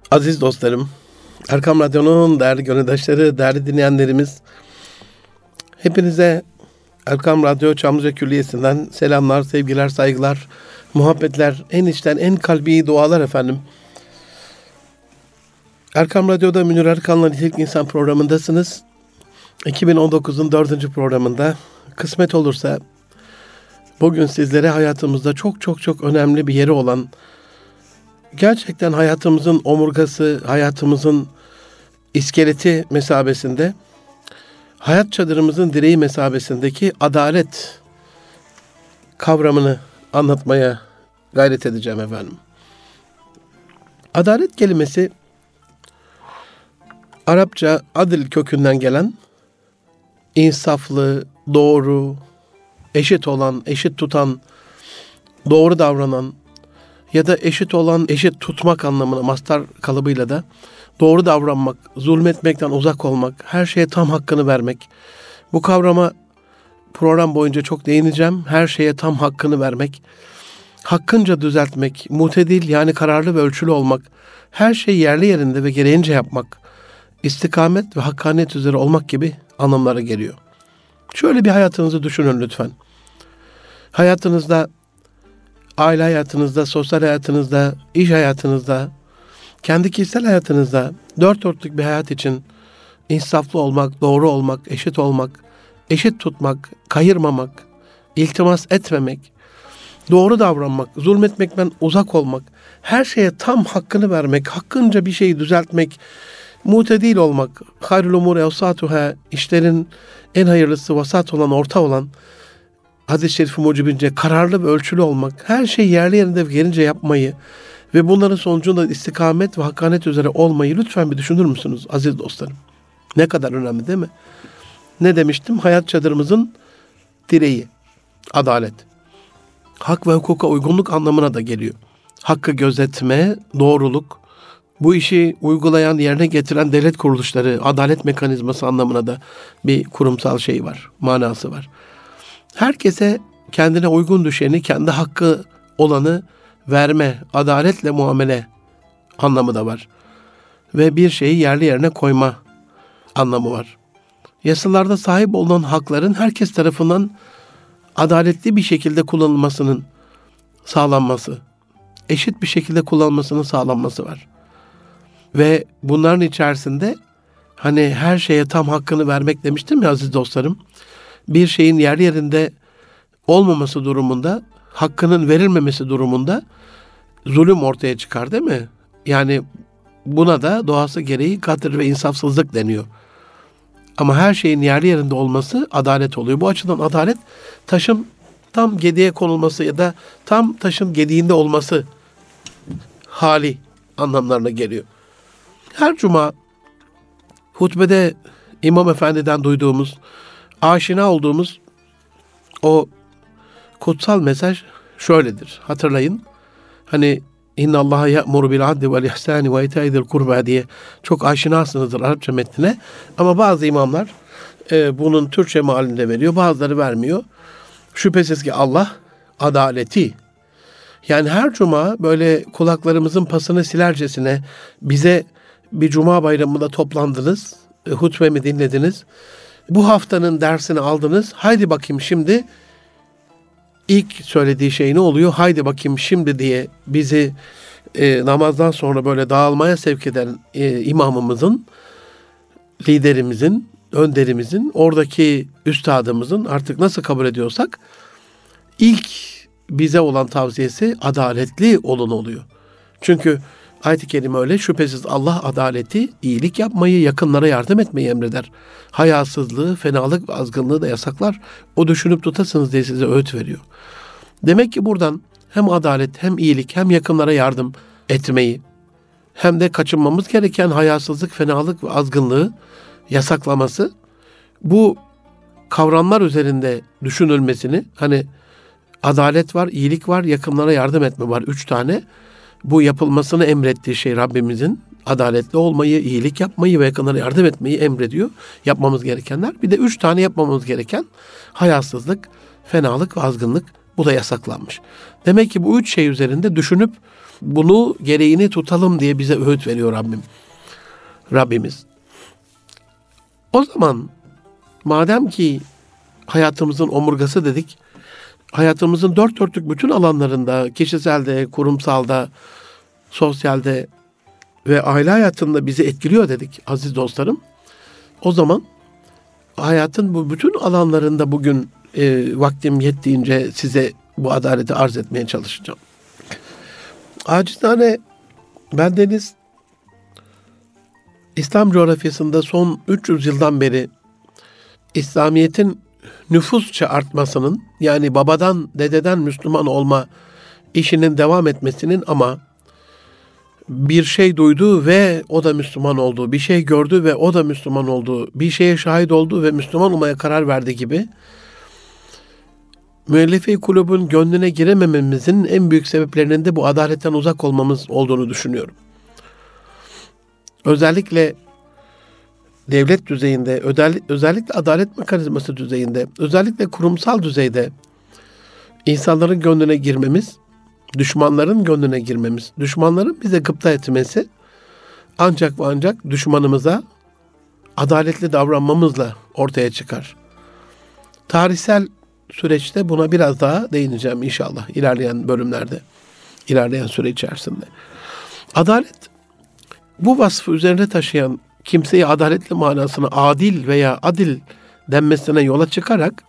Aziz dostlarım, Erkam Radyo'nun değerli gönüldaşları, değerli dinleyenlerimiz, hepinize Erkam Radyo Çamlıca Külliyesi'nden selamlar, sevgiler, saygılar, muhabbetler, en içten, en kalbi dualar efendim. Erkam Radyo'da Münir Erkan'la Nitelik İnsan programındasınız. 2019'un 4. programında kısmet olursa bugün sizlere hayatımızda çok önemli bir yeri olan, gerçekten hayatımızın omurgası, hayatımızın iskeleti mesabesinde, hayat çadırımızın direği mesabesindeki adalet kavramını anlatmaya gayret edeceğim efendim. Adalet kelimesi Arapça adil kökünden gelen, insaflı, doğru, eşit olan, eşit tutan, doğru davranan ya da eşit olan, eşit tutmak anlamına mastar kalıbıyla da doğru davranmak, zulmetmekten uzak olmak, her şeye tam hakkını vermek. Bu kavrama program boyunca çok değineceğim. Her şeye tam hakkını vermek, hakkınca düzeltmek, mutedil yani kararlı ve ölçülü olmak, her şeyi yerli yerinde ve gereğince yapmak, istikamet ve hakkaniyet üzere olmak gibi anlamlara geliyor. Şöyle bir hayatınızı düşünün lütfen. Hayatınızda, aile hayatınızda, sosyal hayatınızda, iş hayatınızda, kendi kişisel hayatınızda dört dörtlük bir hayat için insaflı olmak, doğru olmak, eşit tutmak, kayırmamak, iltimas etmemek, doğru davranmak, zulmetmekten uzak olmak, her şeye tam hakkını vermek, hakkınca bir şeyi düzeltmek, mutedil olmak, hayrul umur evsatuhâ, işlerin en hayırlısı vasat olan, orta olan, hadis-i şerif mucibince kararlı ve ölçülü olmak, her şeyi yerli yerinde gelince yapmayı ve bunların sonucunda istikamet ve hakkanet üzere olmayı lütfen bir düşünür müsünüz aziz dostlarım? Ne kadar önemli değil mi? Ne demiştim? Hayat çadırımızın direği, adalet. Hak ve hukuka uygunluk anlamına da geliyor. Hakkı gözetme, doğruluk, bu işi uygulayan, yerine getiren devlet kuruluşları, adalet mekanizması anlamına da bir kurumsal şey var, manası var. Herkese kendine uygun düşeni, kendi hakkı olanı verme, adaletle muamele anlamı da var. Ve bir şeyi yerli yerine koyma anlamı var. Yasalarda sahip olunan hakların herkes tarafından adaletli bir şekilde kullanılmasının sağlanması, eşit bir şekilde kullanılmasının sağlanması var. Ve bunların içerisinde hani her şeye tam hakkını vermek demiştim ya aziz dostlarım. Bir şeyin yerli yerinde olmaması durumunda, hakkının verilmemesi durumunda zulüm ortaya çıkar değil mi? Yani buna da doğası gereği gadr ve insafsızlık deniyor. Ama her şeyin yerli yerinde olması adalet oluyor. Bu açıdan adalet taşın tam gediğe konulması ya da tam taşın gediğinde olması hali anlamlarına geliyor. Her cuma hutbede İmam Efendi'den duyduğumuz, aşina olduğumuz o kutsal mesaj şöyledir. Hatırlayın. Hani İnna Allaha ya'muru bil adli vel ihsani ve ita'i kurba diye çok aşinasınızdır Arapça metnine. Ama bazı imamlar bunun Türkçe mealinde veriyor. Bazıları vermiyor. Şüphesiz ki Allah adaleti, yani her cuma böyle kulaklarımızın pasını silercesine bize bir cuma bayramında toplandınız, hutbemi dinlediniz. Bu haftanın dersini aldınız. Haydi bakayım şimdi ilk söylediği şey ne oluyor? Haydi bakayım şimdi diye bizi namazdan sonra böyle dağılmaya sevk eden imamımızın, liderimizin, önderimizin, oradaki üstadımızın artık nasıl kabul ediyorsak ilk bize olan tavsiyesi adaletli olun oluyor. Çünkü ayet-i kerime öyle, şüphesiz Allah adaleti, iyilik yapmayı, yakınlara yardım etmeyi emreder. Hayasızlığı, fenalık ve azgınlığı da yasaklar. O düşünüp tutasınız diye size öğüt veriyor. Demek ki buradan hem adalet, hem iyilik, hem yakınlara yardım etmeyi, hem de kaçınmamız gereken hayasızlık, fenalık ve azgınlığı yasaklaması, bu kavramlar üzerinde düşünülmesini, hani adalet var, iyilik var, yakınlara yardım etme var, 3 tane. Bu yapılmasını emrettiği şey Rabbimizin, adaletli olmayı, iyilik yapmayı ve yakınlara yardım etmeyi emrediyor. Yapmamız gerekenler. Bir de 3 tane yapmamamız gereken hayasızlık, fenalık ve azgınlık. Bu da yasaklanmış. Demek ki bu 3 şey üzerinde düşünüp Bunu gereğini tutalım diye bize öğüt veriyor Rabbimiz. O zaman madem ki hayatımızın omurgası dedik, hayatımızın dört dörtlük bütün alanlarında, kişiselde, kurumsalda, sosyalde ve aile hayatında bizi etkiliyor dedik aziz dostlarım. O zaman hayatın bu bütün alanlarında bugün vaktim yettiğince size bu adaleti arz etmeye çalışacağım. Acizane bendeniz İslam coğrafyasında son 300 yıldan beri İslamiyet'in nüfusça artmasının, yani babadan dededen Müslüman olma işinin devam etmesinin, ama bir şey duydu ve o da Müslüman oldu, bir şey gördü ve o da Müslüman oldu, bir şeye şahit oldu ve Müslüman olmaya karar verdi gibi müellefe-i kulübün gönlüne giremememizin en büyük sebeplerinin de bu adaletten uzak olmamız olduğunu düşünüyorum. Özellikle devlet düzeyinde, özellikle adalet mekanizması düzeyinde, özellikle kurumsal düzeyde insanların gönlüne girmemiz, düşmanların gönlüne girmemiz, düşmanların bize gıpta etmesi ancak ve ancak düşmanımıza adaletli davranmamızla ortaya çıkar. Tarihsel süreçte buna biraz daha değineceğim inşallah ilerleyen bölümlerde, ilerleyen süre içerisinde. Adalet, bu vasfı üzerine taşıyan kimseyi adaletli manasına adil veya adil denmesine yola çıkarak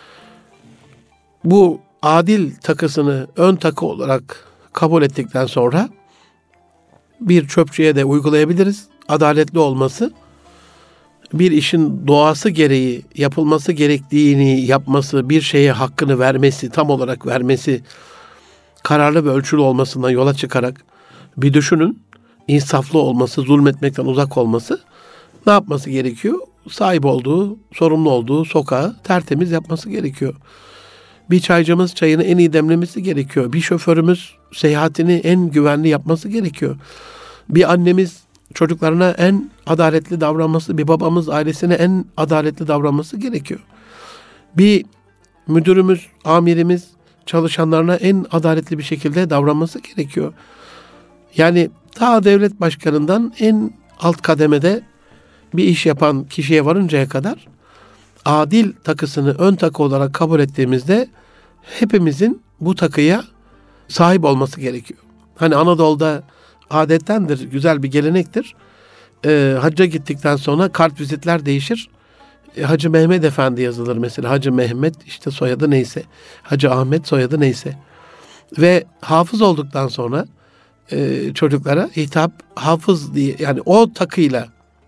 bu adil takısını ön takı olarak kabul ettikten sonra bir çöpçüye de uygulayabiliriz. Adaletli olması, bir işin doğası gereği yapılması gerektiğini yapması, bir şeye hakkını vermesi, tam olarak vermesi, kararlı ve ölçülü olmasından yola çıkarak bir düşünün, insaflı olması, zulmetmekten uzak olması, ne yapması gerekiyor? Sahip olduğu, sorumlu olduğu sokağı tertemiz yapması gerekiyor. Bir çaycımız çayını en iyi demlemesi gerekiyor. Bir şoförümüz seyahatini en güvenli yapması gerekiyor. Bir annemiz çocuklarına en adaletli davranması, bir babamız ailesine en adaletli davranması gerekiyor. Bir müdürümüz, amirimiz çalışanlarına en adaletli bir şekilde davranması gerekiyor. Yani ta devlet başkanından en alt kademede bir iş yapan kişiye varıncaya kadar adil takısını ön takı olarak kabul ettiğimizde hepimizin bu takıya sahip olması gerekiyor. Hani Anadolu'da adettendir, güzel bir gelenektir. Hacca gittikten sonra kartvizitler değişir. Hacı Mehmet Efendi yazılır mesela. Hacı Mehmet işte soyadı neyse. Hacı Ahmet soyadı neyse. Ve hafız olduktan sonra çocuklara hitap hafız diye, yani o takıyla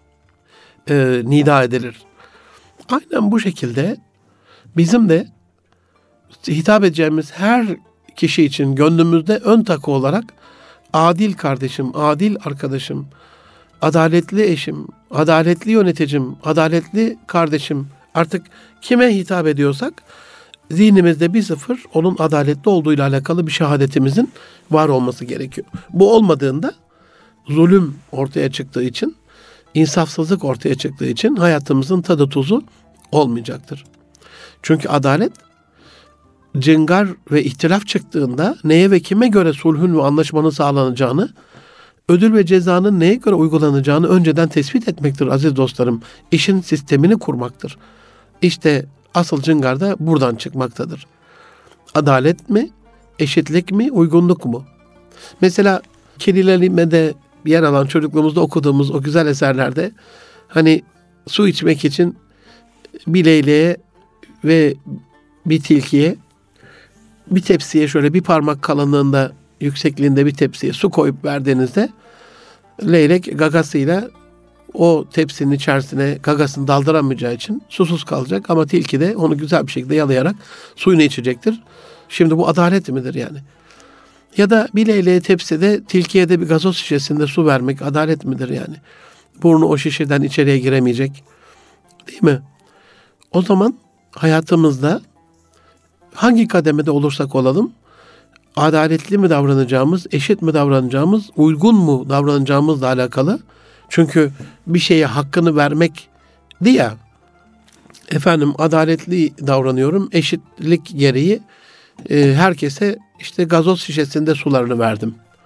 nida edilir. Aynen bu şekilde bizim de hitap edeceğimiz her kişi için gönlümüzde ön takı olarak adil kardeşim, adil arkadaşım, adaletli eşim, adaletli yöneticim, adaletli kardeşim, artık kime hitap ediyorsak zihnimizde bir sıfır onun adaletli olduğuyla alakalı bir şehadetimizin var olması gerekiyor. Bu olmadığında zulüm ortaya çıktığı için, insafsızlık ortaya çıktığı için hayatımızın tadı tuzu olmayacaktır. Çünkü adalet, cıngar ve ihtilaf çıktığında neye ve kime göre sulhün ve anlaşmanın sağlanacağını, ödül ve cezanın neye göre uygulanacağını önceden tespit etmektir aziz dostlarım. İşin sistemini kurmaktır. İşte asıl cıngar da buradan çıkmaktadır. Adalet mi, eşitlik mi, uygunluk mu? Mesela Kirileme'de yer alan, çocukluğumuzda okuduğumuz o güzel eserlerde hani su içmek için bir leyleğe ve bir tilkiye bir tepsiye, şöyle bir parmak kalınlığında, yüksekliğinde bir tepsiye su koyup verdiğinizde leylek gagasıyla o tepsinin içerisine gagasını daldıramayacağı için susuz kalacak, ama tilki de onu güzel bir şekilde yalayarak suyunu içecektir. Şimdi bu adalet midir yani? Ya da bir leyleğe tepside, tilkiye de bir gazoz şişesinde su vermek adalet midir yani? Burnu o şişeden içeriye giremeyecek. Değil mi? O zaman hayatımızda hangi kademede olursak olalım, adaletli mi davranacağımız, eşit mi davranacağımız, uygun mu davranacağımızla alakalı. Çünkü bir şeye hakkını vermek diye, efendim adaletli davranıyorum, eşitlik gereği herkese işte gazoz şişesinde sularını verdim.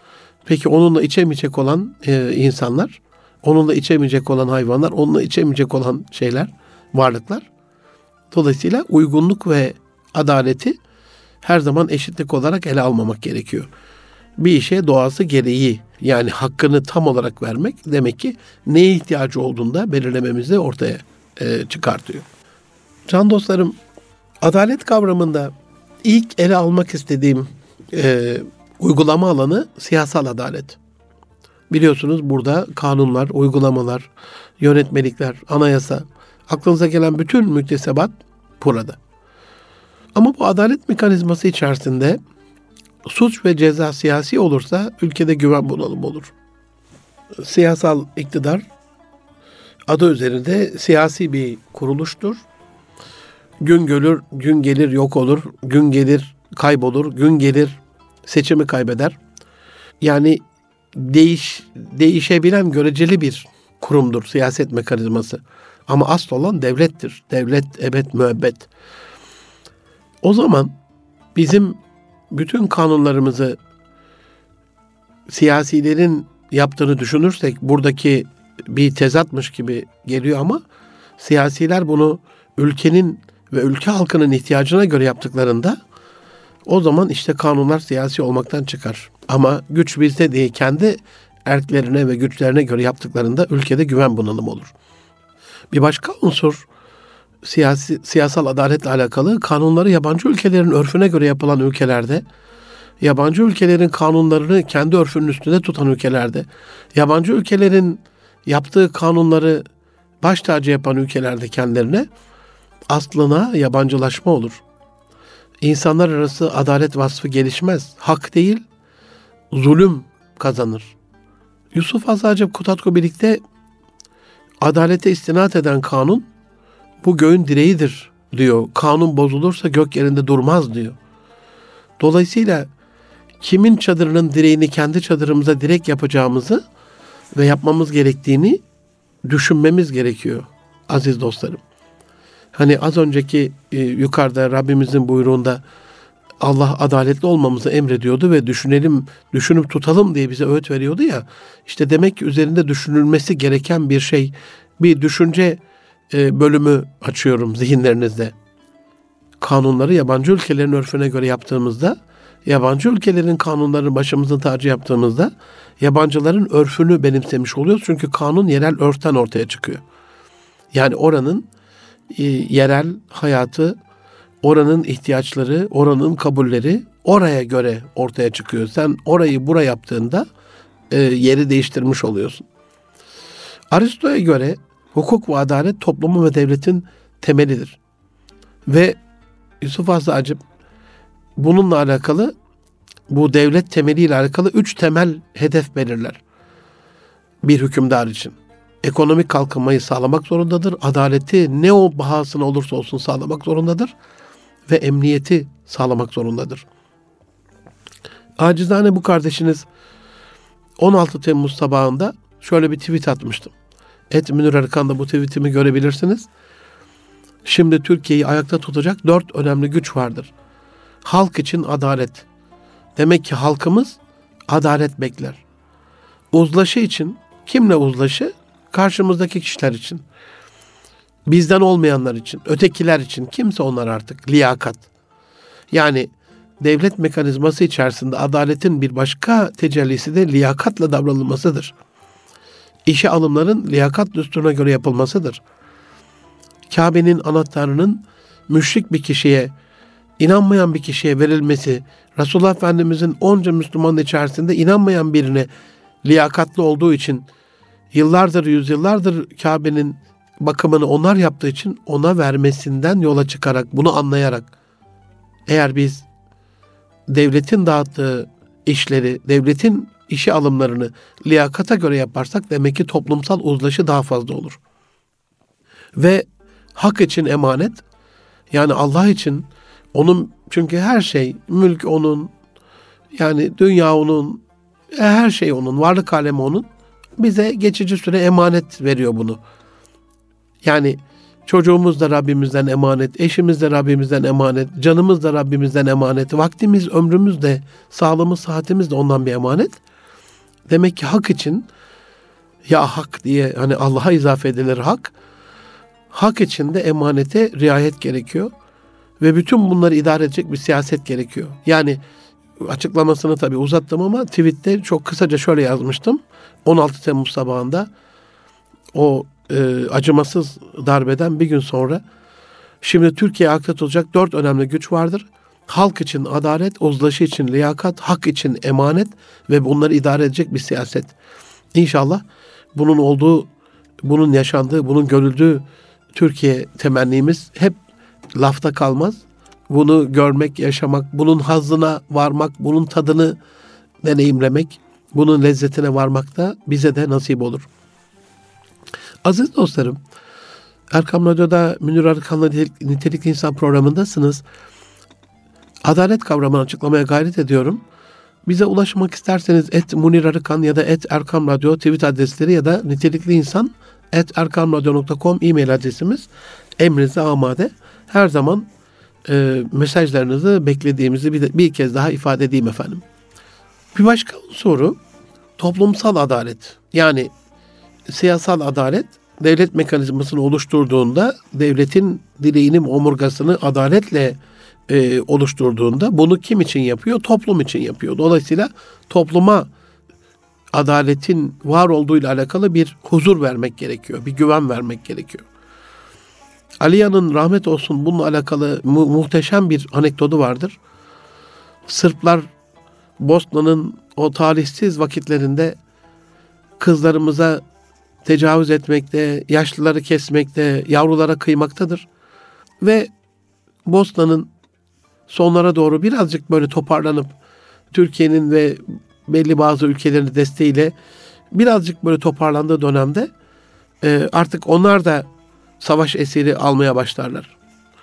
Peki onunla içemeyecek olan insanlar, onunla içemeyecek olan hayvanlar, onunla içemeyecek olan şeyler, varlıklar. Dolayısıyla uygunluk ve adaleti her zaman eşitlik olarak ele almamak gerekiyor. Bir işe doğası gereği, yani hakkını tam olarak vermek demek ki neye ihtiyacı olduğunda belirlememizi ortaya çıkartıyor. Can dostlarım, adalet kavramında ilk ele almak istediğim uygulama alanı siyasal adalet. Biliyorsunuz burada kanunlar, uygulamalar, yönetmelikler, anayasa, aklınıza gelen bütün müktesebat burada. Ama bu adalet mekanizması içerisinde suç ve ceza siyasi olursa ülkede güven bunalımı olur. Siyasal iktidar adı üzerinde siyasi bir kuruluştur. Gün gelir yok olur, gün gelir kaybolur, gün gelir seçimi kaybeder. Yani değişebilen göreceli bir kurumdur siyaset mekanizması. Ama asıl olan devlettir. Devlet ebed müebbet. O zaman bizim bütün kanunlarımızı siyasilerin yaptığını düşünürsek buradaki bir tezatmış gibi geliyor ama siyasiler bunu ülkenin ve ülke halkının ihtiyacına göre yaptıklarında o zaman işte kanunlar siyasi olmaktan çıkar. Ama güç bizde diye kendi erklerine ve güçlerine göre yaptıklarında ülkede güven bunalımı olur. Bir başka unsur siyasal adaletle alakalı kanunları yabancı ülkelerin örfüne göre yapılan ülkelerde, yabancı ülkelerin kanunlarını kendi örfünün üstünde tutan ülkelerde, yabancı ülkelerin yaptığı kanunları baş tacı yapan ülkelerde kendilerine aslına yabancılaşma olur. İnsanlar arası adalet vasfı gelişmez. Hak değil, zulüm kazanır. Yusuf Azacip Kutatko birlikte adalete istinad eden kanun bu göğün direğidir diyor. Kanun bozulursa gök yerinde durmaz diyor. Dolayısıyla kimin çadırının direğini kendi çadırımıza direk yapacağımızı ve yapmamız gerektiğini düşünmemiz gerekiyor aziz dostlarım. Hani az önceki yukarıda Rabbimizin buyruğunda Allah adaletli olmamızı emrediyordu ve düşünüp tutalım diye bize öğüt veriyordu ya. İşte demek ki üzerinde düşünülmesi gereken bir şey, bir düşünce bölümü açıyorum zihinlerinizde. Kanunları yabancı ülkelerin örfüne göre yaptığımızda, yabancı ülkelerin kanunlarını başımızın tacı yaptığımızda, yabancıların örfünü benimsemiş oluyoruz. Çünkü kanun yerel örften ortaya çıkıyor. Yani oranın yerel hayatı, oranın ihtiyaçları, oranın kabulleri oraya göre ortaya çıkıyor. Sen orayı buraya yaptığında yeri değiştirmiş oluyorsun. Aristo'ya göre hukuk ve adalet toplumun ve devletin temelidir. Ve Yusuf Azacip bununla alakalı, bu devlet temeliyle alakalı 3 temel hedef belirler bir hükümdar için. Ekonomik kalkınmayı sağlamak zorundadır. Adaleti ne o bahasına olursa olsun sağlamak zorundadır. Ve emniyeti sağlamak zorundadır. Acizane bu kardeşiniz 16 Temmuz sabahında şöyle bir tweet atmıştım. Münir Erkan'da bu tweetimi görebilirsiniz. Şimdi Türkiye'yi ayakta tutacak 4 önemli güç vardır. Halk için adalet. Demek ki halkımız adalet bekler. Uzlaşı için, kimle uzlaşı? Karşımızdaki kişiler için. Bizden olmayanlar için, ötekiler için, kimse onlar artık, liyakat. Yani devlet mekanizması içerisinde adaletin bir başka tecellisi de liyakatla davranılmasıdır. İşe alımların liyakat düsturuna göre yapılmasıdır. Kabe'nin anahtarının müşrik bir kişiye, inanmayan bir kişiye verilmesi, Resulullah Efendimizin onca Müslümanın içerisinde inanmayan birine liyakatlı olduğu için, yıllardır, yüzyıllardır Kabe'nin bakımını onlar yaptığı için ona vermesinden yola çıkarak, bunu anlayarak, eğer biz devletin dağıttığı işleri, devletin işe alımlarını liyakata göre yaparsak demek ki toplumsal uzlaşı daha fazla olur. Ve hak için emanet, yani Allah için, onun, çünkü her şey, mülk onun, yani dünya onun, her şey onun, varlık alemi onun, bize geçici süre emanet veriyor bunu. Yani çocuğumuz da Rabbimizden emanet, eşimiz de Rabbimizden emanet, canımız da Rabbimizden emanet, vaktimiz, ömrümüz de, sağlığımız, sıhhatimiz de ondan bir emanet. Demek ki hak için, ya hak diye hani Allah'a izafe edilir hak. Hak için de emanete riayet gerekiyor. Ve bütün bunları idare edecek bir siyaset gerekiyor. Yani açıklamasını tabii uzattım ama tweette çok kısaca şöyle yazmıştım. 16 Temmuz sabahında o acımasız darbeden bir gün sonra, şimdi Türkiye'ye ayakta tutacak 4 önemli güç vardır. Halk için adalet, uzlaşı için liyakat, hak için emanet ve bunları idare edecek bir siyaset. İnşallah bunun olduğu, bunun yaşandığı, bunun görüldüğü Türkiye temennimiz hep lafta kalmaz. Bunu görmek, yaşamak, bunun hazzına varmak, bunun tadını deneyimlemek, bunun lezzetine varmak da bize de nasip olur. Aziz dostlarım, Erkam Radyo'da Münir Arıkan'la Nitelikli İnsan programındasınız. Adalet kavramını açıklamaya gayret ediyorum. Bize ulaşmak isterseniz @Munir Arıkan ya da @Erkam Radyo tweet adresleri ya da nitelikliinsan@erkamradyo.com e-mail adresimiz emrinize amade. Her zaman mesajlarınızı beklediğimizi bir kez daha ifade edeyim efendim. Bir başka soru, toplumsal adalet. Yani siyasal adalet, devlet mekanizmasını oluşturduğunda, devletin direğinin omurgasını adaletle oluşturduğunda bunu kim için yapıyor? Toplum için yapıyor. Dolayısıyla topluma adaletin var olduğuyla alakalı bir huzur vermek gerekiyor. Bir güven vermek gerekiyor. Aliya'nın rahmet olsun bununla alakalı muhteşem bir anekdotu vardır. Sırplar Bosna'nın o talihsiz vakitlerinde kızlarımıza tecavüz etmekte, yaşlıları kesmekte, yavrulara kıymaktadır. Ve Bosna'nın sonlara doğru birazcık böyle toparlanıp Türkiye'nin ve belli bazı ülkelerin desteğiyle birazcık böyle toparlandığı dönemde artık onlar da savaş esiri almaya başlarlar.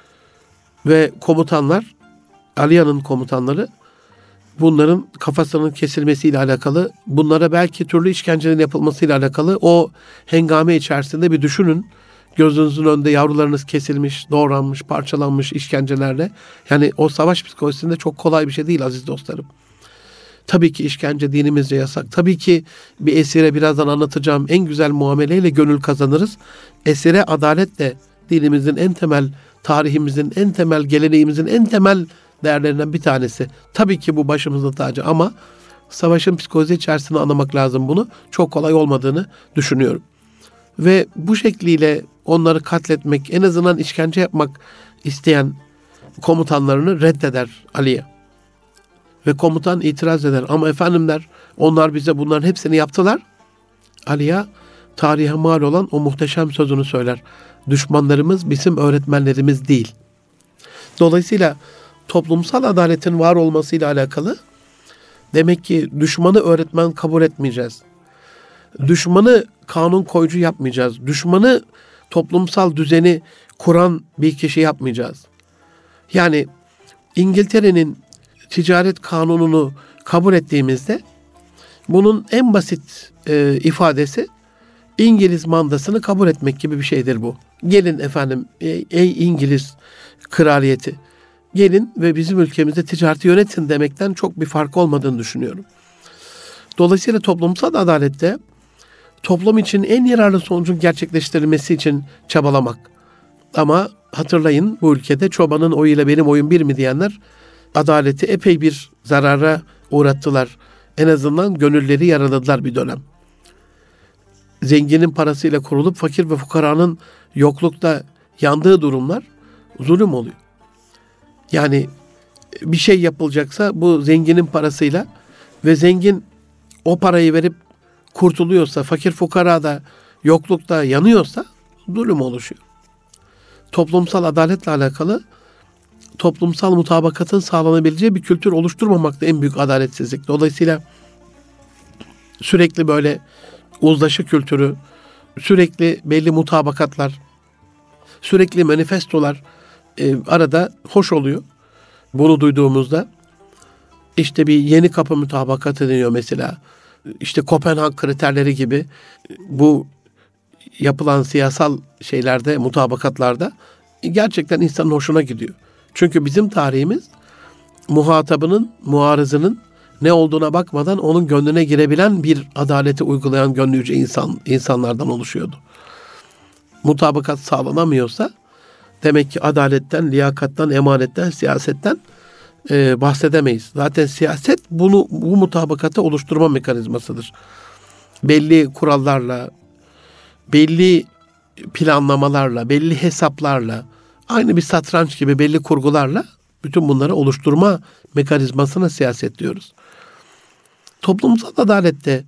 Ve komutanlar, Aliya'nın komutanları bunların kafasının kesilmesiyle alakalı, bunlara belki türlü işkencelerin yapılmasıyla alakalı o hengame içerisinde bir düşünün. Gözünüzün önünde yavrularınız kesilmiş, doğranmış, parçalanmış işkencelerle. Yani o savaş psikolojisinde çok kolay bir şey değil aziz dostlarım. Tabii ki işkence dinimizce yasak. Tabii ki bir esire birazdan anlatacağım en güzel muameleyle gönül kazanırız. Esire adaletle dinimizin en temel, tarihimizin en temel, geleneğimizin en temel değerlerinden bir tanesi. Tabii ki bu başımızın tacı ama savaşın psikolojisi içerisinde anlamak lazım bunu. Çok kolay olmadığını düşünüyorum. Ve bu şekliyle onları katletmek, en azından işkence yapmak isteyen komutanlarını reddeder Aliye. Ve komutan itiraz eder. Ama efendim der, onlar bize bunların hepsini yaptılar. Aliye tarihe mal olan o muhteşem sözünü söyler. Düşmanlarımız bizim öğretmenlerimiz değil. Dolayısıyla toplumsal adaletin var olmasıyla alakalı demek ki düşmanı öğretmen kabul etmeyeceğiz. Düşmanı kanun koyucu yapmayacağız. Düşmanı toplumsal düzeni kuran bir kişi yapmayacağız. Yani İngiltere'nin ticaret kanununu kabul ettiğimizde bunun en basit ifadesi İngiliz mandasını kabul etmek gibi bir şeydir bu. Gelin efendim ey İngiliz kraliyeti, gelin ve bizim ülkemizde ticareti yönetin demekten çok bir fark olmadığını düşünüyorum. Dolayısıyla toplumsal adalette toplum için en yararlı sonucun gerçekleştirilmesi için çabalamak. Ama hatırlayın, bu ülkede çobanın oyuyla benim oyun bir mi diyenler adaleti epey bir zarara uğrattılar. En azından gönülleri yaraladılar bir dönem. Zenginin parasıyla kurulup fakir ve fukaranın yoklukta yandığı durumlar zulüm oluyor. Yani bir şey yapılacaksa bu zenginin parasıyla ve zengin o parayı verip kurtuluyorsa, fakir fukara da yoklukta yanıyorsa zulüm oluşuyor. Toplumsal adaletle alakalı toplumsal mutabakatın sağlanabileceği bir kültür oluşturmamak da en büyük adaletsizlik. Dolayısıyla sürekli böyle uzlaşı kültürü, sürekli belli mutabakatlar, sürekli manifestolar arada hoş oluyor. Bunu duyduğumuzda işte bir yeni kapı mutabakatı deniyor mesela. İşte Kopenhag kriterleri gibi bu yapılan siyasal şeylerde, mutabakatlarda gerçekten insanın hoşuna gidiyor. Çünkü bizim tarihimiz muhatabının, muarızının ne olduğuna bakmadan onun gönlüne girebilen bir adaleti uygulayan gönlü yüce insanlardan oluşuyordu. Mutabakat sağlanamıyorsa demek ki adaletten, liyakattan, emanetten, siyasetten bahsedemeyiz. Zaten siyaset bu mutabakatı oluşturma mekanizmasıdır. Belli kurallarla, belli planlamalarla, belli hesaplarla, aynı bir satranç gibi belli kurgularla bütün bunları oluşturma mekanizmasına siyaset diyoruz. Toplumsal adalette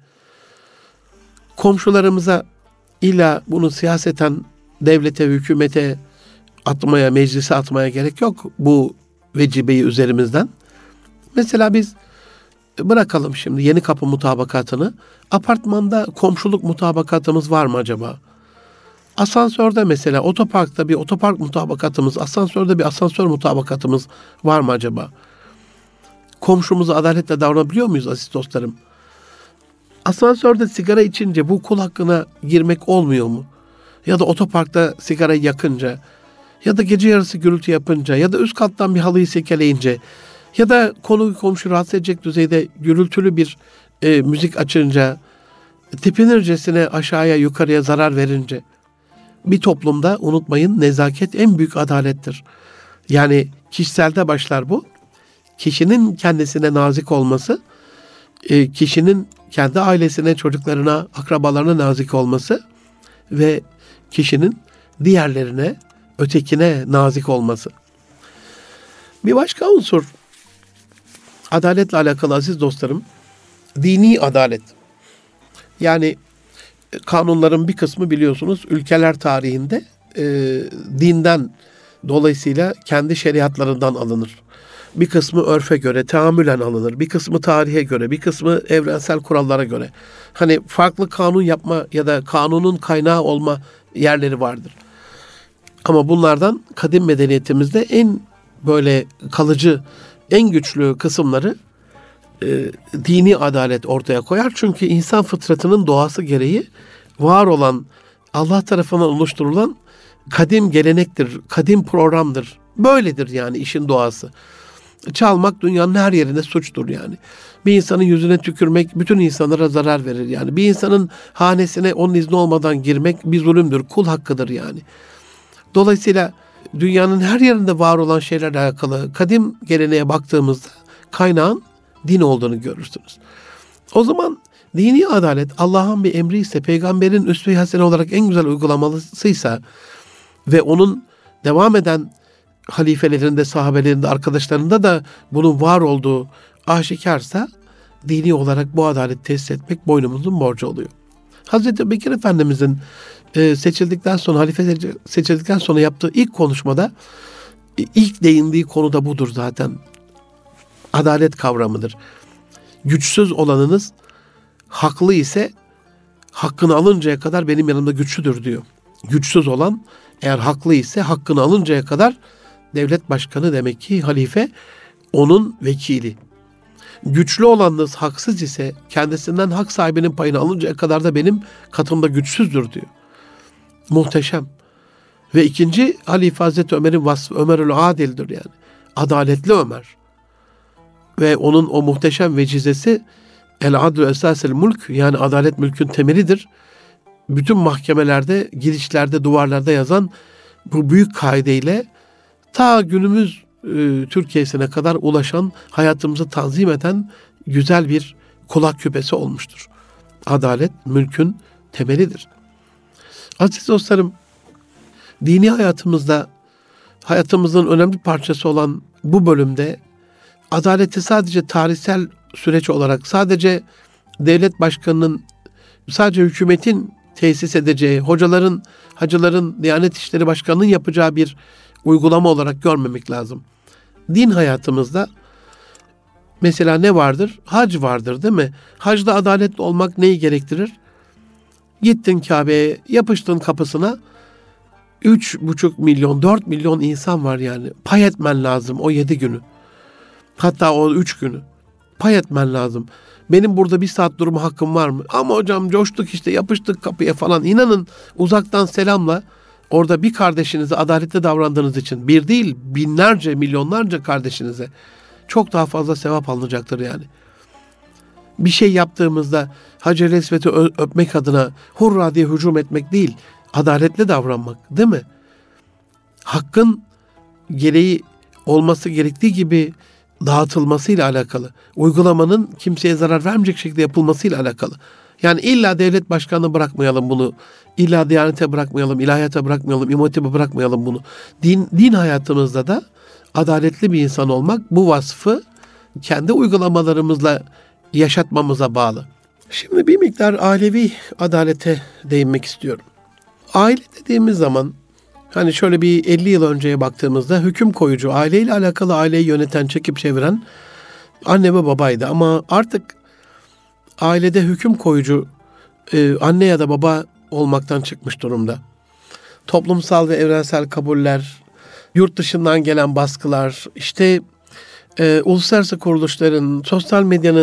komşularımıza illa bunu siyaseten devlete, hükümete atmaya, meclise atmaya gerek yok bu vecibeyi üzerimizden. Mesela biz bırakalım şimdi Yeni Kapı mutabakatını. Apartmanda komşuluk mutabakatımız var mı acaba? Asansörde mesela otoparkta bir otopark mutabakatımız, asansörde bir asansör mutabakatımız var mı acaba? Komşumuza adaletle davranabiliyor muyuz aziz dostlarım? Asansörde sigara içince bu kul hakkına girmek olmuyor mu? Ya da otoparkta sigarayı yakınca, ya da gece yarısı gürültü yapınca, ya da üst kattan bir halıyı silkeleyince, ya da komşu rahatsız edecek düzeyde gürültülü bir müzik açınca, tepinircesine aşağıya yukarıya zarar verince, bir toplumda unutmayın nezaket en büyük adalettir. Yani kişiselde başlar bu. Kişinin kendisine nazik olması, kişinin kendi ailesine, çocuklarına, akrabalarına nazik olması ve kişinin diğerlerine, ötekine nazik olması. Bir başka unsur, adaletle alakalı aziz dostlarım, dini adalet. Yani kanunların bir kısmı biliyorsunuz ülkeler tarihinde dinden, dolayısıyla kendi şeriatlarından alınır. Bir kısmı örfe göre, teamülen alınır. Bir kısmı tarihe göre, bir kısmı evrensel kurallara göre. Hani farklı kanun yapma ya da kanunun kaynağı olma yerleri vardır. Ama bunlardan kadim medeniyetimizde en böyle kalıcı, en güçlü kısımları dini adalet ortaya koyar. Çünkü insan fıtratının doğası gereği var olan, Allah tarafından oluşturulan kadim gelenektir, kadim programdır. Böyledir yani işin doğası. Çalmak dünyanın her yerinde suçtur yani. Bir insanın yüzüne tükürmek bütün insanlara zarar verir yani. Bir insanın hanesine onun izni olmadan girmek bir zulümdür, kul hakkıdır yani. Dolayısıyla dünyanın her yerinde var olan şeylerle alakalı kadim geleneğe baktığımızda kaynağın din olduğunu görürsünüz. O zaman dini adalet Allah'ın bir emri ise, peygamberin üsve-i hasene olarak en güzel uygulamalısıysa ve onun devam eden halifelerinde, sahabelerinde, arkadaşlarında da bunun var olduğu aşikarsa dini olarak bu adaleti tesis etmek boynumuzun borcu oluyor. Hazreti Bekir Efendimizin seçildikten sonra, halife seçildikten sonra yaptığı ilk konuşmada ilk değindiği konu da budur zaten. Adalet kavramıdır. Güçsüz olanınız haklı ise hakkını alıncaya kadar benim yanımda güçlüdür diyor. Güçsüz olan eğer haklı ise hakkını alıncaya kadar devlet başkanı demek ki halife onun vekili. Güçlü olanınız haksız ise kendisinden hak sahibinin payını alıncaya kadar da benim katımda güçsüzdür diyor. Muhteşem. Ve ikinci halife Hazreti Ömer'in vasfı Ömerül Adil'dir yani. Adaletli Ömer. Ve onun o muhteşem vecizesi El adlu esasel mulk, yani adalet mülkün temelidir. Bütün mahkemelerde, girişlerde, duvarlarda yazan bu büyük kaideyle ta günümüz Türkiye'sine kadar ulaşan, hayatımızı tanzim eden güzel bir kulak küpesi olmuştur. Adalet mülkün temelidir. Aziz dostlarım, dini hayatımızda, hayatımızın önemli parçası olan bu bölümde adaleti sadece tarihsel süreç olarak, sadece devlet başkanının, sadece hükümetin tesis edeceği, hocaların, hacıların, Diyanet İşleri Başkanı'nın yapacağı bir uygulama olarak görmemek lazım. Din hayatımızda mesela ne vardır? Hac vardır, değil mi? Hacda adaletli olmak neyi gerektirir? Gittin Kabe'ye, yapıştın kapısına, 3,5 milyon, 4 milyon insan var yani. Pay etmen lazım o 7 günü. Hatta o 3 günü. Pay etmen lazım. Benim burada 1 saat durma hakkım var mı? Ama hocam coştuk işte, yapıştık kapıya falan. İnanın uzaktan selamla orada bir kardeşinize adaletli davrandığınız için, bir değil binlerce, milyonlarca kardeşinize çok daha fazla sevap alınacaktır yani. Bir şey yaptığımızda Hacer-i Esved'i öpmek adına hurra diye hücum etmek değil, adaletli davranmak, değil mi? Hakkın gereği olması gerektiği gibi dağıtılmasıyla alakalı. Uygulamanın kimseye zarar vermeyecek şekilde yapılmasıyla alakalı. Yani illa devlet başkanına bırakmayalım bunu. İlla Diyanete bırakmayalım, ilahiyata bırakmayalım, İmam Hatip'e bırakmayalım bunu. Din hayatımızda da adaletli bir insan olmak, bu vasfı kendi uygulamalarımızla yaşatmamıza bağlı. Şimdi bir miktar ailevi adalete değinmek istiyorum. Aile dediğimiz zaman hani şöyle bir 50 yıl önceye baktığımızda hüküm koyucu, aileyle alakalı aileyi yöneten, çekip çeviren anne ve babaydı. Ama artık ailede hüküm koyucu anne ya da baba olmaktan çıkmış durumda. Toplumsal ve evrensel kabuller, yurt dışından gelen baskılar, işte uluslararası kuruluşların, sosyal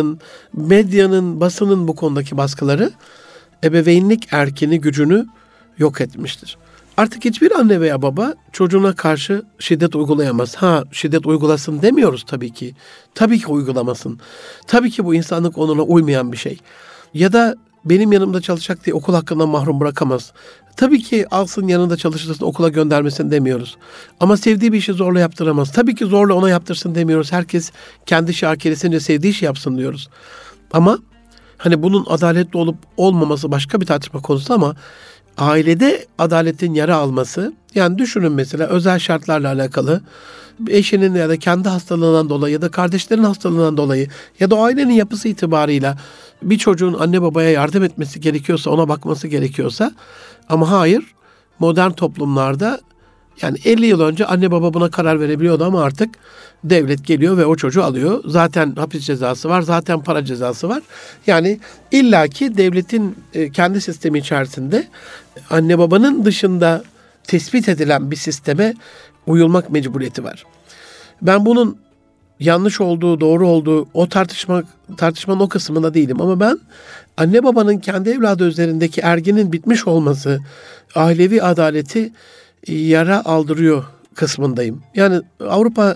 medyanın, basının bu konudaki baskıları ebeveynlik erkini, gücünü yok etmiştir. Artık hiçbir anne veya baba çocuğuna karşı şiddet uygulayamaz. Şiddet uygulasın demiyoruz tabii ki. Tabii ki uygulamasın. Tabii ki bu insanlık onuna uymayan bir şey. Ya da benim yanımda çalışacak diye okul hakkından mahrum bırakamaz. Tabii ki alsın yanında çalıştırsın, okula göndermesin demiyoruz. Ama sevdiği bir işi zorla yaptıramaz. Tabii ki zorla ona yaptırsın demiyoruz. Herkes kendi şakiresince sevdiği işi yapsın diyoruz. Ama hani bunun adaletli olup olmaması başka bir tartışma konusu, ama ailede adaletin yer alması, yani düşünün mesela özel şartlarla alakalı, eşinin ya da kendi hastalığından dolayı ya da kardeşlerin hastalığından dolayı ya da ailenin yapısı itibarıyla bir çocuğun anne babaya yardım etmesi gerekiyorsa, ona bakması gerekiyorsa, ama hayır, modern toplumlarda yani 50 yıl önce anne baba buna karar verebiliyordu ama artık devlet geliyor ve o çocuğu alıyor. Zaten hapis cezası var, zaten para cezası var. Yani illaki devletin kendi sistemi içerisinde anne babanın dışında tespit edilen bir sisteme uyulmak mecburiyeti var. Ben bunun yanlış olduğu, doğru olduğu, o tartışmanın o kısmında değilim. Ama ben anne babanın kendi evladı üzerindeki erginin bitmiş olması, ailevi adaleti yara aldırıyor kısmındayım. Yani Avrupa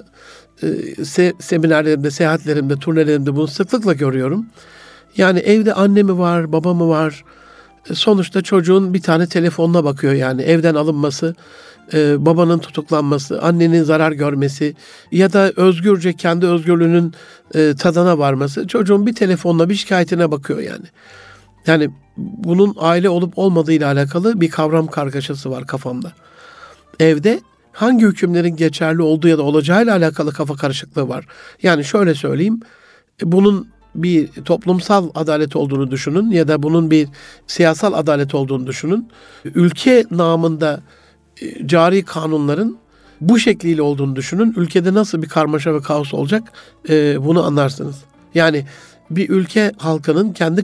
seminerlerimde, seyahatlerimde, turnelerimde bunu sıklıkla görüyorum. Yani evde anne mi var, baba mı var? Sonuçta çocuğun bir tane telefonuna bakıyor yani. Evden alınması, babanın tutuklanması, annenin zarar görmesi ya da özgürce kendi özgürlüğünün tadına varması. Çocuğun bir telefonla bir şikayetine bakıyor yani. Yani bunun aile olup olmadığıyla alakalı bir kavram kargaşası var kafamda. Evde hangi hükümlerin geçerli olduğu ya da olacağıyla alakalı kafa karışıklığı var. Yani şöyle söyleyeyim, bunun bir toplumsal adalet olduğunu düşünün ya da bunun bir siyasal adalet olduğunu düşünün. Ülke namında cari kanunların bu şekliyle olduğunu düşünün. Ülkede nasıl bir karmaşa ve kaos olacak bunu anlarsınız. Yani bir ülke halkının kendi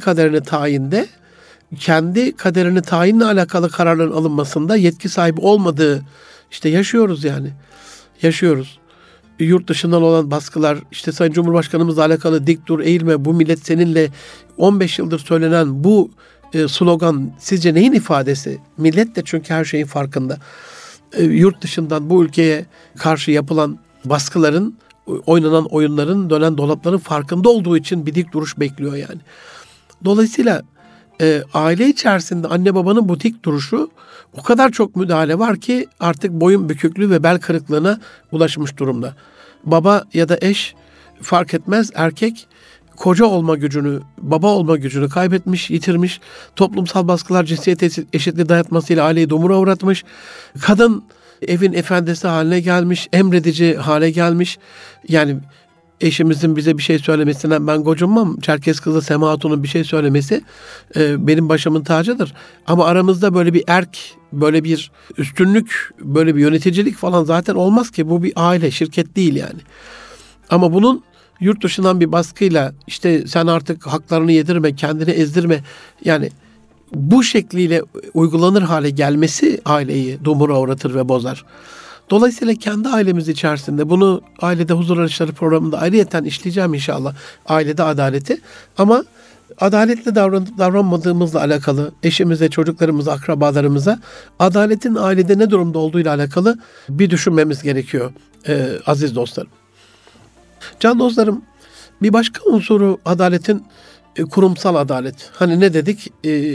kaderini tayinle alakalı kararların alınmasında yetki sahibi olmadığı işte yaşıyoruz yani. Yaşıyoruz. Yurt dışından olan baskılar, işte Sayın Cumhurbaşkanımızla alakalı dik dur, eğilme, bu millet seninle, 15 yıldır söylenen bu slogan sizce neyin ifadesi? Millet de çünkü her şeyin farkında. Yurt dışından bu ülkeye karşı yapılan baskıların, oynanan oyunların, dönen dolapların farkında olduğu için bir dik duruş bekliyor yani. Dolayısıyla aile içerisinde anne babanın bu dik duruşu, o kadar çok müdahale var ki artık boyun büküklüğü ve bel kırıklığına ulaşmış durumda. Baba ya da eş fark etmez, erkek koca olma gücünü, baba olma gücünü kaybetmiş, yitirmiş. Toplumsal baskılar cinsiyet eşitliği dayatmasıyla aileyi dumura uğratmış. Kadın evin efendisi haline gelmiş, emredici hale gelmiş. Yani eşimizin bize bir şey söylemesinden ben gocunmam. Çerkez kızı Sema Hatun'un bir şey söylemesi benim başımın tacıdır. Ama aramızda böyle bir böyle bir üstünlük, böyle bir yöneticilik falan zaten olmaz ki. Bu bir aile, şirket değil yani. Ama bunun yurt dışından bir baskıyla, işte sen artık haklarını yedirme, kendini ezdirme, yani bu şekliyle uygulanır hale gelmesi aileyi dumura uğratır ve bozar. Dolayısıyla kendi ailemiz içerisinde bunu ailede huzur arayışları programında ayrıyeten işleyeceğim inşallah. Ailede adaleti. Ama adaletli davranıp davranmadığımızla alakalı, eşimize, çocuklarımıza, akrabalarımıza adaletin ailede ne durumda olduğuyla alakalı bir düşünmemiz gerekiyor aziz dostlarım. Can dostlarım, bir başka unsuru adaletin kurumsal adalet. Hani ne dedik?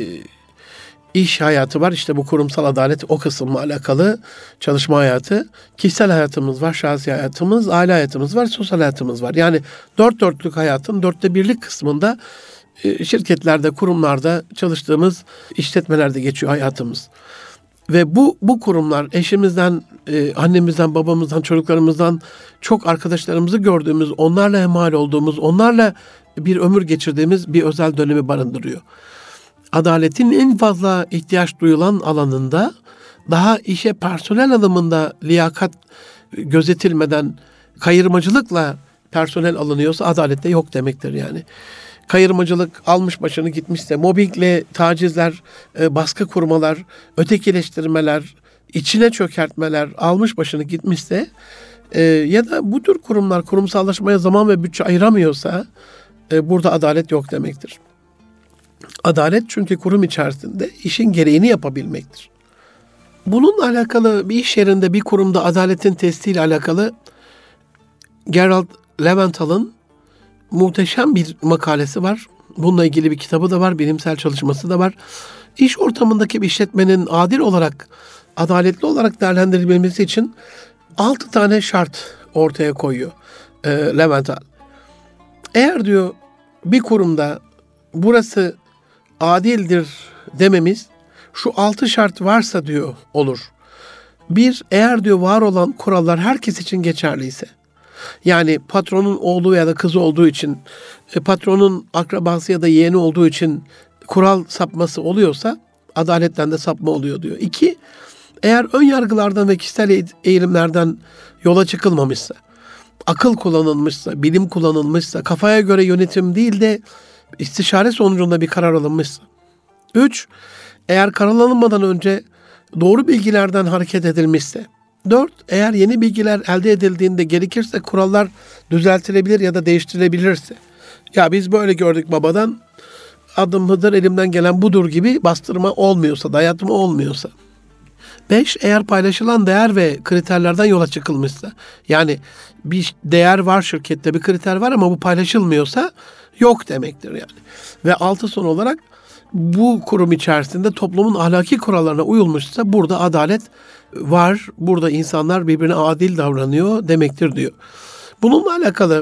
İş hayatı var. İşte bu kurumsal adalet o kısımla alakalı çalışma hayatı. Kişisel hayatımız var, şahsi hayatımız, aile hayatımız var, sosyal hayatımız var. Yani dört dörtlük hayatın 1/4 kısmında şirketlerde, kurumlarda çalıştığımız işletmelerde geçiyor hayatımız. Ve bu kurumlar eşimizden, annemizden, babamızdan, çocuklarımızdan çok arkadaşlarımızı gördüğümüz, onlarla hemhal olduğumuz, onlarla bir ömür geçirdiğimiz bir özel dönemi barındırıyor. Adaletin en fazla ihtiyaç duyulan alanında daha işe personel alımında liyakat gözetilmeden kayırmacılıkla personel alınıyorsa adalette yok demektir yani. Kayırmacılık almış başını gitmişse, mobbingle tacizler, baskı kurmalar, ötekileştirmeler, içine çökertmeler almış başını gitmişse ya da bu tür kurumlar kurumsallaşmaya zaman ve bütçe ayıramıyorsa burada adalet yok demektir. Adalet çünkü kurum içerisinde işin gereğini yapabilmektir. Bununla alakalı bir iş yerinde, bir kurumda adaletin testiyle alakalı Gerald Leventhal'ın muhteşem bir makalesi var. Bununla ilgili bir kitabı da var, bilimsel çalışması da var. İş ortamındaki bir işletmenin adil olarak, adaletli olarak değerlendirilmesi için 6 tane şart ortaya koyuyor Leventhal. Eğer diyor bir kurumda burası adildir dememiz şu 6 şart varsa diyor olur. 1, eğer diyor var olan kurallar herkes için geçerliyse. Yani patronun oğlu ya da kızı olduğu için, patronun akrabası ya da yeğeni olduğu için kural sapması oluyorsa adaletten de sapma oluyor diyor. 2, eğer ön yargılardan ve kişisel eğilimlerden yola çıkılmamışsa, akıl kullanılmışsa, bilim kullanılmışsa, kafaya göre yönetim değil de istişare sonucunda bir karar alınmışsa. 3, eğer karar alınmadan önce doğru bilgilerden hareket edilmişse. 4, eğer yeni bilgiler elde edildiğinde gerekirse kurallar düzeltilebilir ya da değiştirilebilirse. Ya biz böyle gördük babadan, adım Hıdır, elimden gelen budur gibi bastırma olmuyorsa, dayatma olmuyorsa. 5, eğer paylaşılan değer ve kriterlerden yola çıkılmışsa. Yani bir değer var şirkette, bir kriter var ama bu paylaşılmıyorsa yok demektir yani. Ve 6, son olarak bu kurum içerisinde toplumun ahlaki kurallarına uyulmuşsa burada adalet var. Burada insanlar birbirine adil davranıyor demektir diyor. Bununla alakalı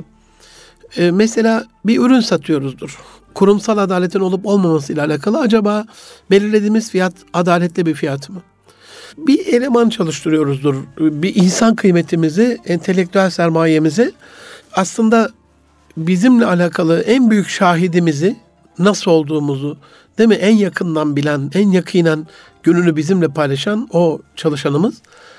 mesela bir ürün satıyoruzdur. Kurumsal adaletin olup olmaması ile alakalı acaba belirlediğimiz fiyat adaletli bir fiyat mı? Bir eleman çalıştırıyoruzdur. Bir insan kıymetimizi, entelektüel sermayemizi aslında bizimle alakalı en büyük şahidimizi, nasıl olduğumuzu, değil mi? En yakından bilen, en yakinen gününü bizimle paylaşan o çalışanımız.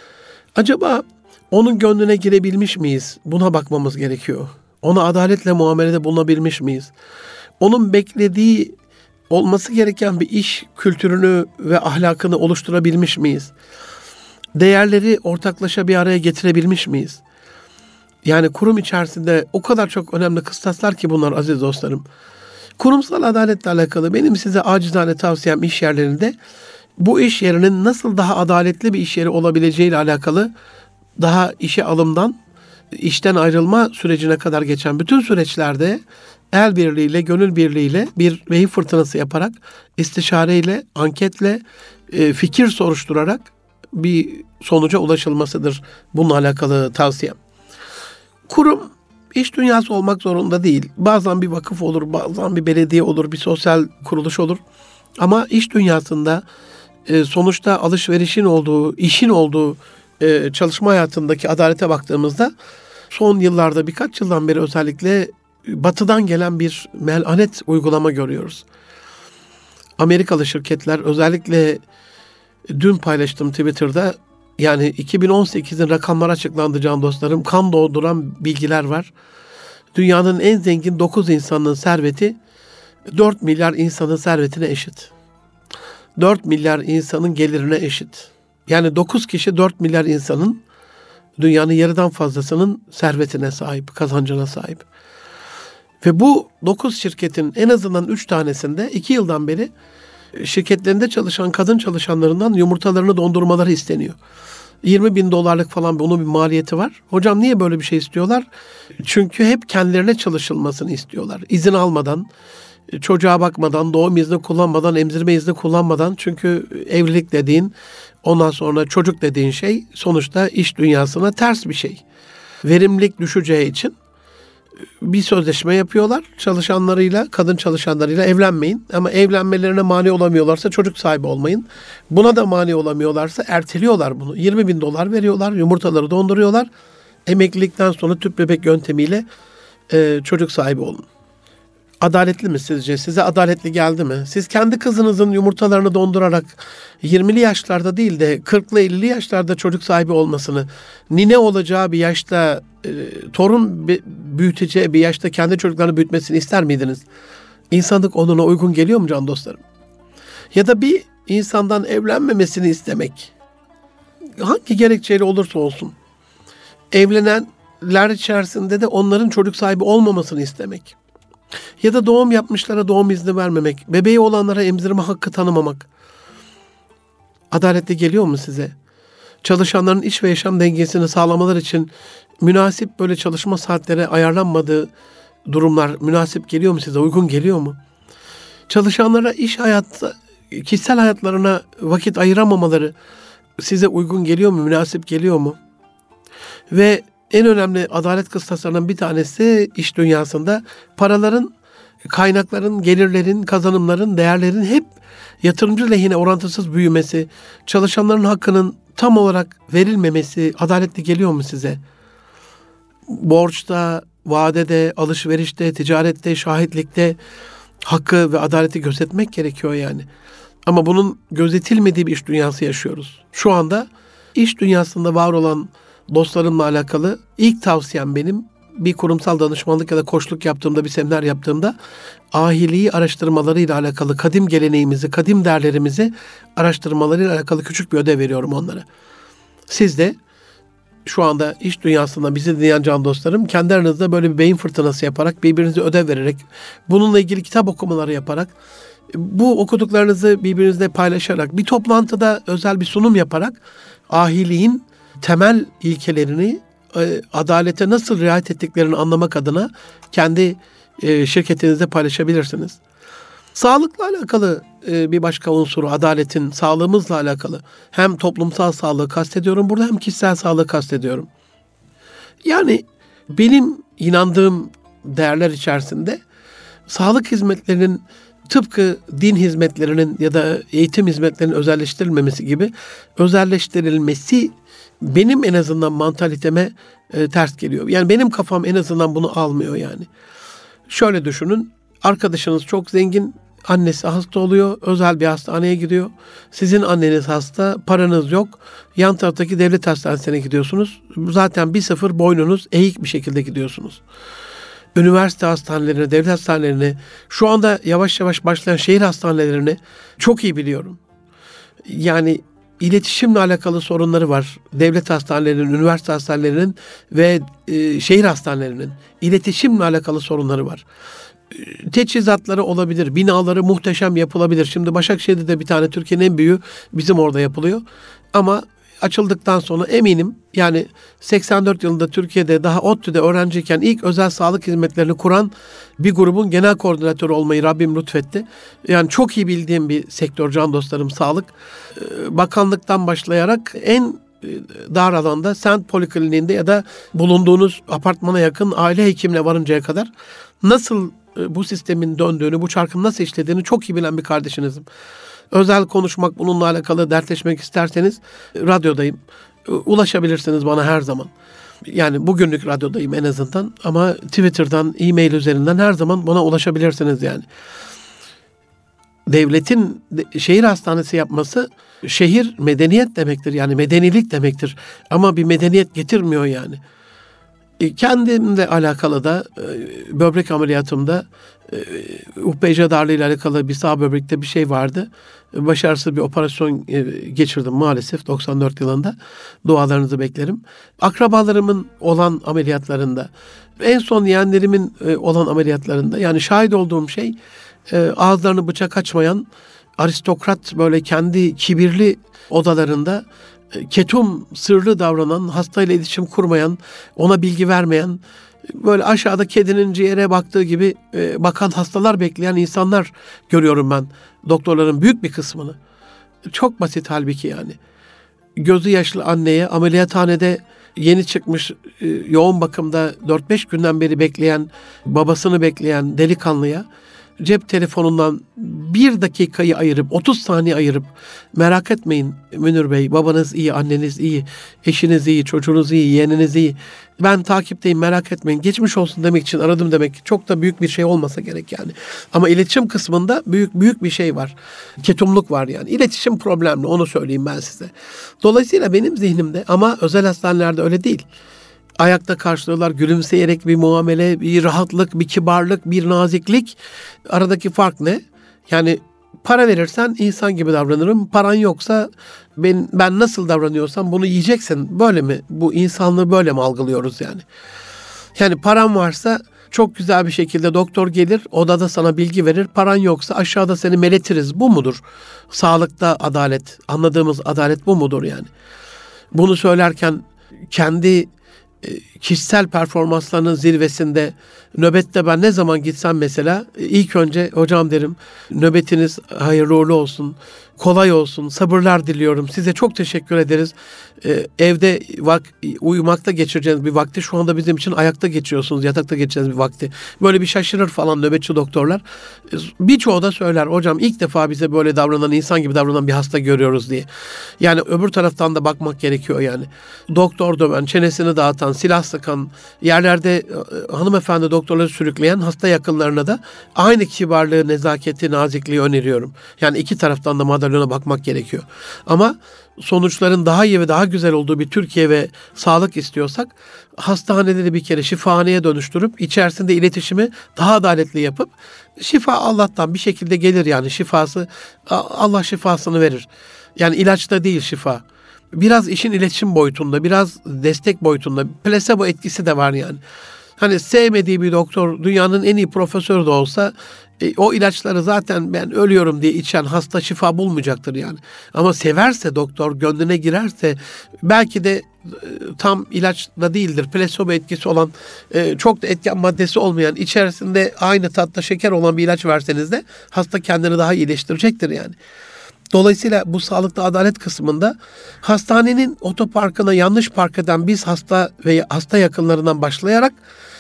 Acaba onun gönlüne girebilmiş miyiz? Buna bakmamız gerekiyor. Ona adaletle muamelede bulunabilmiş miyiz? Onun beklediği, olması gereken bir iş kültürünü ve ahlakını oluşturabilmiş miyiz? Değerleri ortaklaşa bir araya getirebilmiş miyiz? Yani kurum içerisinde o kadar çok önemli kıstaslar ki bunlar aziz dostlarım. Kurumsal adaletle alakalı benim size acizane tavsiyem iş yerlerinde bu iş yerinin nasıl daha adaletli bir iş yeri olabileceği ile alakalı daha işe alımdan işten ayrılma sürecine kadar geçen bütün süreçlerde el birliğiyle, gönül birliğiyle bir beyin fırtınası yaparak, istişareyle, anketle, fikir soruşturarak bir sonuca ulaşılmasıdır bununla alakalı tavsiyem. Kurum iş dünyası olmak zorunda değil. Bazen bir vakıf olur, bazen bir belediye olur, bir sosyal kuruluş olur. Ama iş dünyasında sonuçta alışverişin olduğu, işin olduğu çalışma hayatındaki adalete baktığımızda son yıllarda, birkaç yıldan beri özellikle batıdan gelen bir melanet uygulama görüyoruz. Amerikalı şirketler, özellikle dün paylaştım Twitter'da, yani 2018'in rakamları açıklandı can dostlarım. Kan doğduran bilgiler var. Dünyanın en zengin 9 insanının serveti 4 milyar insanın servetine eşit. 4 milyar insanın gelirine eşit. Yani 9 kişi 4 milyar insanın, dünyanın yarıdan fazlasının servetine sahip, kazancına sahip. Ve bu 9 şirketin en azından 3 tanesinde 2 yıldan beri şirketlerinde çalışan kadın çalışanlarından yumurtalarını dondurmaları isteniyor. $20.000 falan bunun bir maliyeti var. Hocam niye böyle bir şey istiyorlar? Çünkü hep kendilerine çalışılmasını istiyorlar. İzin almadan, çocuğa bakmadan, doğum izni kullanmadan, emzirme izni kullanmadan, çünkü evlilik dediğin, ondan sonra çocuk dediğin şey sonuçta iş dünyasına ters bir şey. Verimlilik düşeceği için bir sözleşme yapıyorlar çalışanlarıyla, kadın çalışanlarıyla, evlenmeyin. Ama evlenmelerine mani olamıyorlarsa çocuk sahibi olmayın. Buna da mani olamıyorlarsa erteliyorlar bunu. 20.000 dolar veriyorlar, yumurtaları donduruyorlar. Emeklilikten sonra tüp bebek yöntemiyle çocuk sahibi olun. Adaletli mi sizce? Size adaletli geldi mi? Siz kendi kızınızın yumurtalarını dondurarak 20'li yaşlarda değil de 40'lı 50'li yaşlarda çocuk sahibi olmasını, nine olacağı bir yaşta, torun büyüteceği bir yaşta kendi çocuklarını büyütmesini ister miydiniz? İnsanlık onuna uygun geliyor mu can dostlarım? Ya da bir insandan evlenmemesini istemek, hangi gerekçeyle olursa olsun, evlenenler içerisinde de onların çocuk sahibi olmamasını istemek. Ya da doğum yapmışlara doğum izni vermemek, bebeği olanlara emzirme hakkı tanımamak. Adaletli geliyor mu size? Çalışanların iş ve yaşam dengesini sağlamaları için münasip böyle çalışma saatleri ayarlanmadığı durumlar münasip geliyor mu size? Uygun geliyor mu? Çalışanlara iş hayatı, kişisel hayatlarına vakit ayıramamaları size uygun geliyor mu? Münasip geliyor mu? Ve en önemli adalet kıstaslarından bir tanesi iş dünyasında paraların, kaynakların, gelirlerin, kazanımların, değerlerin hep yatırımcı lehine orantısız büyümesi, çalışanların hakkının tam olarak verilmemesi adaletli geliyor mu size? Borçta, vadede, alışverişte, ticarette, şahitlikte hakkı ve adaleti gözetmek gerekiyor yani. Ama bunun gözetilmediği bir iş dünyası yaşıyoruz. Şu anda iş dünyasında var olan dostlarımla alakalı ilk tavsiyem benim, bir kurumsal danışmanlık ya da koçluk yaptığımda, bir seminer yaptığımda ahiliği araştırmalarıyla alakalı kadim geleneğimizi, kadim değerlerimizi araştırmalarıyla alakalı küçük bir ödev veriyorum onlara. Siz de şu anda iş dünyasında bizi dinleyen can dostlarım, kendi aranızda böyle bir beyin fırtınası yaparak, birbirinize ödev vererek, bununla ilgili kitap okumaları yaparak, bu okuduklarınızı birbirinizle paylaşarak, bir toplantıda özel bir sunum yaparak ahiliğin temel ilkelerini, adalete nasıl riayet ettiklerini anlamak adına kendi şirketinizde paylaşabilirsiniz. Sağlıkla alakalı bir başka unsuru, adaletin sağlığımızla alakalı. Hem toplumsal sağlığı kastediyorum burada, hem kişisel sağlığı kastediyorum. Yani benim inandığım değerler içerisinde sağlık hizmetlerinin tıpkı din hizmetlerinin ya da eğitim hizmetlerinin özelleştirilmemesi gibi özelleştirilmesi benim en azından mantaliteme ters geliyor. Yani benim kafam en azından bunu almıyor yani. Şöyle düşünün, arkadaşınız çok zengin, annesi hasta oluyor, özel bir hastaneye gidiyor. Sizin anneniz hasta, paranız yok, yan taraftaki devlet hastanesine gidiyorsunuz. Zaten 1-0 boynunuz eğik bir şekilde gidiyorsunuz. Üniversite hastanelerine, devlet hastanelerine, şu anda yavaş yavaş başlayan şehir hastanelerini çok iyi biliyorum. Yani iletişimle alakalı sorunları var. Devlet hastanelerinin, üniversite hastanelerinin ve şehir hastanelerinin iletişimle alakalı sorunları var. Teçhizatları olabilir, binaları muhteşem yapılabilir. Şimdi Başakşehir'de de bir tane, Türkiye'nin en büyüğü bizim orada yapılıyor. Ama açıldıktan sonra eminim, yani 84 yılında Türkiye'de daha ODTÜ'de öğrenciyken ilk özel sağlık hizmetlerini kuran bir grubun genel koordinatörü olmayı Rabbim lütfetti. Yani çok iyi bildiğim bir sektör can dostlarım, sağlık. Bakanlıktan başlayarak en dar alanda Sent Polikliniğinde ya da bulunduğunuz apartmana yakın aile hekimine varıncaya kadar nasıl bu sistemin döndüğünü, bu çarkın nasıl işlediğini çok iyi bilen bir kardeşinizim. Özel konuşmak, bununla alakalı dertleşmek isterseniz radyodayım. Ulaşabilirsiniz bana her zaman. Yani bugünlük radyodayım en azından, ama Twitter'dan, e-mail üzerinden her zaman bana ulaşabilirsiniz yani. Devletin şehir hastanesi yapması, şehir medeniyet demektir, yani medenilik demektir. Ama bir medeniyet getirmiyor yani. Kendimle alakalı da böbrek ameliyatımda UPC darlığı ile alakalı bir sağ böbrekte bir şey vardı. Başarısız bir operasyon geçirdim maalesef 94 yılında. Dualarınızı beklerim. Akrabalarımın olan ameliyatlarında, en son yeğenlerimin olan ameliyatlarında, yani şahit olduğum şey, ağızlarını bıçak açmayan, aristokrat böyle kendi kibirli odalarında ketum sırlı davranan, hastayla iletişim kurmayan, ona bilgi vermeyen, böyle aşağıda kedinin ciğere baktığı gibi bakan hastalar, bekleyen insanlar görüyorum ben, doktorların büyük bir kısmını. Çok basit halbuki yani. Gözü yaşlı anneye ameliyathanede yeni çıkmış yoğun bakımda 4-5 günden beri bekleyen, babasını bekleyen delikanlıya cep telefonundan 1 dakikayı ayırıp, 30 saniye ayırıp, merak etmeyin Münir Bey, babanız iyi, anneniz iyi, eşiniz iyi, çocuğunuz iyi, yeğeniniz iyi, ben takipteyim, merak etmeyin, geçmiş olsun demek için aradım demek çok da büyük bir şey olmasa gerek yani. Ama iletişim kısmında büyük bir şey var. Ketumluk var yani. İletişim problemli, onu söyleyeyim ben size. Dolayısıyla benim zihnimde, ama özel hastanelerde öyle değil. Ayakta karşılıyorlar, gülümseyerek bir muamele, bir rahatlık, bir kibarlık, bir naziklik. Aradaki fark ne? Yani para verirsen insan gibi davranırım. Paran yoksa ben nasıl davranıyorsam bunu yiyeceksin. Böyle mi? Bu insanlığı böyle mi algılıyoruz yani? Yani paran varsa çok güzel bir şekilde doktor gelir, odada sana bilgi verir. Paran yoksa aşağıda seni meletiriz. Bu mudur? Sağlıkta adalet, anladığımız adalet bu mudur yani? Bunu söylerken kendi kişisel performanslarının zirvesinde, nöbette ben ne zaman gitsem mesela ilk önce hocam derim, nöbetiniz hayırlı uğurlu olsun, kolay olsun, sabırlar diliyorum, size çok teşekkür ederiz. Evde uyumakta geçireceğiniz bir vakti şu anda bizim için ayakta geçiyorsunuz, yatakta geçeceğiniz bir vakti. Böyle bir şaşırır falan nöbetçi doktorlar. Birçoğu da söyler, hocam ilk defa bize böyle davranan, insan gibi davranan bir hasta görüyoruz diye. Yani öbür taraftan da bakmak gerekiyor yani. Doktor döven, çenesini dağıtan, silah sıkan, yerlerde hanımefendi doktorları sürükleyen hasta yakınlarına da aynı kibarlığı, nezaketi, nazikliği öneriyorum. Yani iki taraftan da madalyona bakmak gerekiyor. Ama sonuçların daha iyi ve daha güzel olduğu bir Türkiye ve sağlık istiyorsak, hastaneleri bir kere şifahaneye dönüştürüp içerisinde iletişimi daha adaletli yapıp, şifa Allah'tan bir şekilde gelir yani, şifası Allah şifasını verir. Yani ilaçta değil şifa. Biraz işin iletişim boyutunda, biraz destek boyutunda, plasebo etkisi de var yani. Hani sevmediği bir doktor, dünyanın en iyi profesörü de olsa o ilaçları zaten ben ölüyorum diye içen hasta şifa bulmayacaktır yani. Ama severse doktor, gönlüne girerse, belki de tam ilaç da değildir, plasebo etkisi olan, çok da etken maddesi olmayan, içerisinde aynı tatta şeker olan bir ilaç verseniz de hasta kendini daha iyileştirecektir yani. Dolayısıyla bu sağlıkta adalet kısmında hastanenin otoparkına yanlış park eden biz hasta ve hasta yakınlarından başlayarak,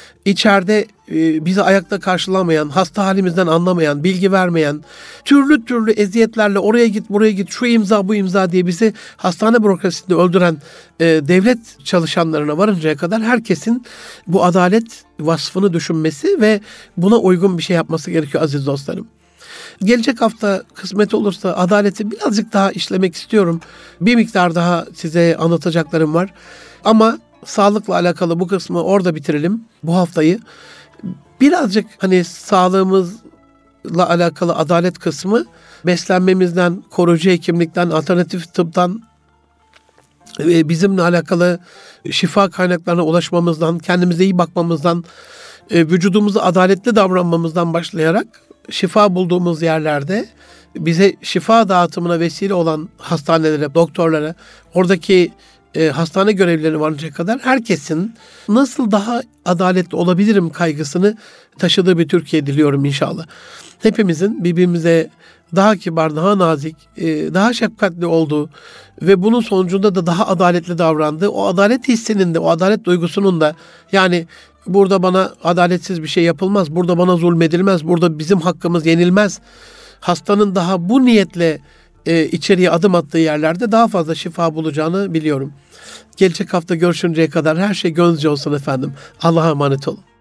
içeride bizi ayakta karşılamayan, hasta halimizden anlamayan, bilgi vermeyen, türlü eziyetlerle oraya git, buraya git, şu imza, bu imza diye bizi hastane bürokrasisinde öldüren devlet çalışanlarına varıncaya kadar herkesin bu adalet vasfını düşünmesi ve buna uygun bir şey yapması gerekiyor aziz dostlarım. Gelecek hafta kısmet olursa adaleti birazcık daha işlemek istiyorum. Bir miktar daha size anlatacaklarım var. Ama sağlıkla alakalı bu kısmı orada bitirelim bu haftayı. Birazcık hani sağlığımızla alakalı adalet kısmı, beslenmemizden, koruyucu hekimlikten, alternatif tıptan, bizimle alakalı şifa kaynaklarına ulaşmamızdan, kendimize iyi bakmamızdan, vücudumuza adaletli davranmamızdan başlayarak şifa bulduğumuz yerlerde bize şifa dağıtımına vesile olan hastanelere, doktorlara, oradaki hastane görevlilerine varıncaya kadar herkesin nasıl daha adaletli olabilirim kaygısını taşıdığı bir Türkiye diliyorum inşallah. Hepimizin birbirimize daha kibar, daha nazik, daha şefkatli olduğu ve bunun sonucunda da daha adaletli davrandığı, o adalet hissinin de, o adalet duygusunun da, yani burada bana adaletsiz bir şey yapılmaz, burada bana zulmedilmez, burada bizim hakkımız yenilmez. Hastanın daha bu niyetle içeriye adım attığı yerlerde daha fazla şifa bulacağını biliyorum. Gelecek hafta görüşünceye kadar her şey gönlünüzce olsun efendim. Allah'a emanet olun.